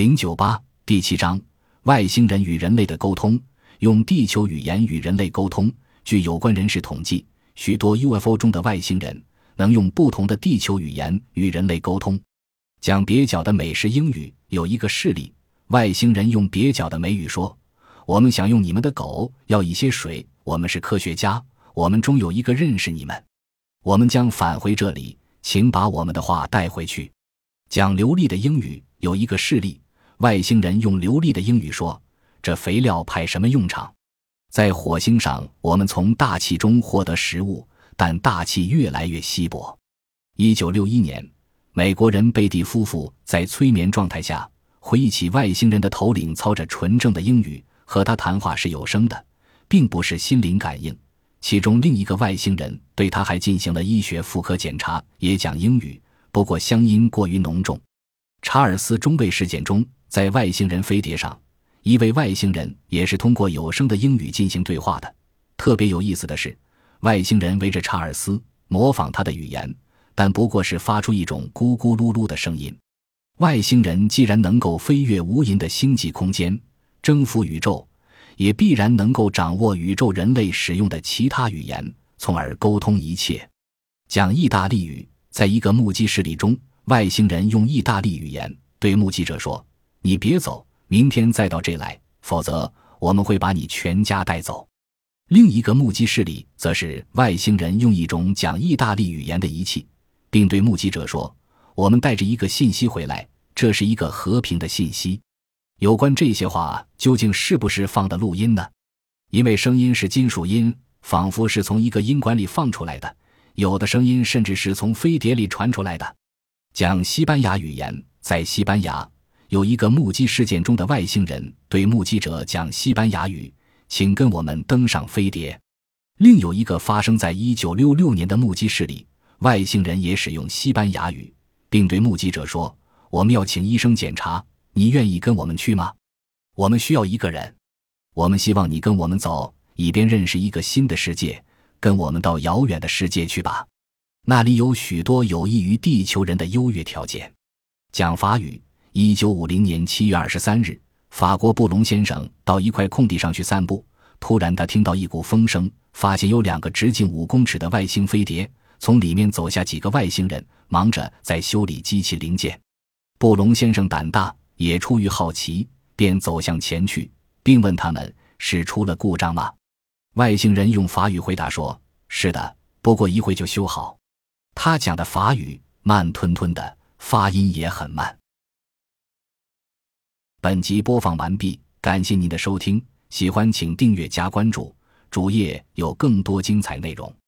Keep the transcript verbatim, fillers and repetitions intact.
零九八第七章外星人与人类的沟通，用地球语言与人类沟通。据有关人士统计，许多 U F O 中的外星人能用不同的地球语言与人类沟通。讲蹩脚的美式英语有一个事例，外星人用蹩脚的美语说：我们想用你们的狗，要一些水，我们是科学家，我们中有一个认识你们，我们将返回这里，请把我们的话带回去。讲流利的英语有一个事例，外星人用流利的英语说：这肥料派什么用场？在火星上，我们从大气中获得食物，但大气越来越稀薄。一九六一年，美国人贝蒂夫妇在催眠状态下回忆起外星人的头领操着纯正的英语和他谈话是有声的，并不是心灵感应。其中另一个外星人对他还进行了医学妇科检查，也讲英语，不过乡音过于浓重。查尔斯中尉事件中，在外星人飞碟上，一位外星人也是通过有声的英语进行对话的。特别有意思的是，外星人围着查尔斯模仿他的语言，但不过是发出一种咕咕噜噜的声音。外星人既然能够飞越无垠的星际空间，征服宇宙，也必然能够掌握宇宙人类使用的其他语言，从而沟通一切。讲意大利语，在一个目击事例中，外星人用意大利语言对目击者说：你别走，明天再到这来，否则我们会把你全家带走。另一个目击事例则是外星人用一种讲意大利语言的仪器，并对目击者说：我们带着一个信息回来，这是一个和平的信息。有关这些话究竟是不是放的录音呢？因为声音是金属音，仿佛是从一个音管里放出来的，有的声音甚至是从飞碟里传出来的。讲西班牙语言，在西班牙有一个目击事件中的外星人对目击者讲西班牙语：请跟我们登上飞碟。另有一个发生在一九六六年的目击事例，外星人也使用西班牙语，并对目击者说：我们要请医生检查，你愿意跟我们去吗？我们需要一个人，我们希望你跟我们走，以便认识一个新的世界，跟我们到遥远的世界去吧，那里有许多有益于地球人的优越条件。讲法语，一九五零年七月二十三日，法国布隆先生到一块空地上去散步，突然他听到一股风声，发现有两个直径五公尺的外星飞碟，从里面走下几个外星人，忙着在修理机器零件。布隆先生胆大，也出于好奇，便走向前去，并问他们是出了故障吗？外星人用法语回答说：是的，不过一会就修好。他讲的法语慢吞吞的，发音也很慢。本集播放完毕，感谢您的收听，喜欢请订阅加关注，主页有更多精彩内容。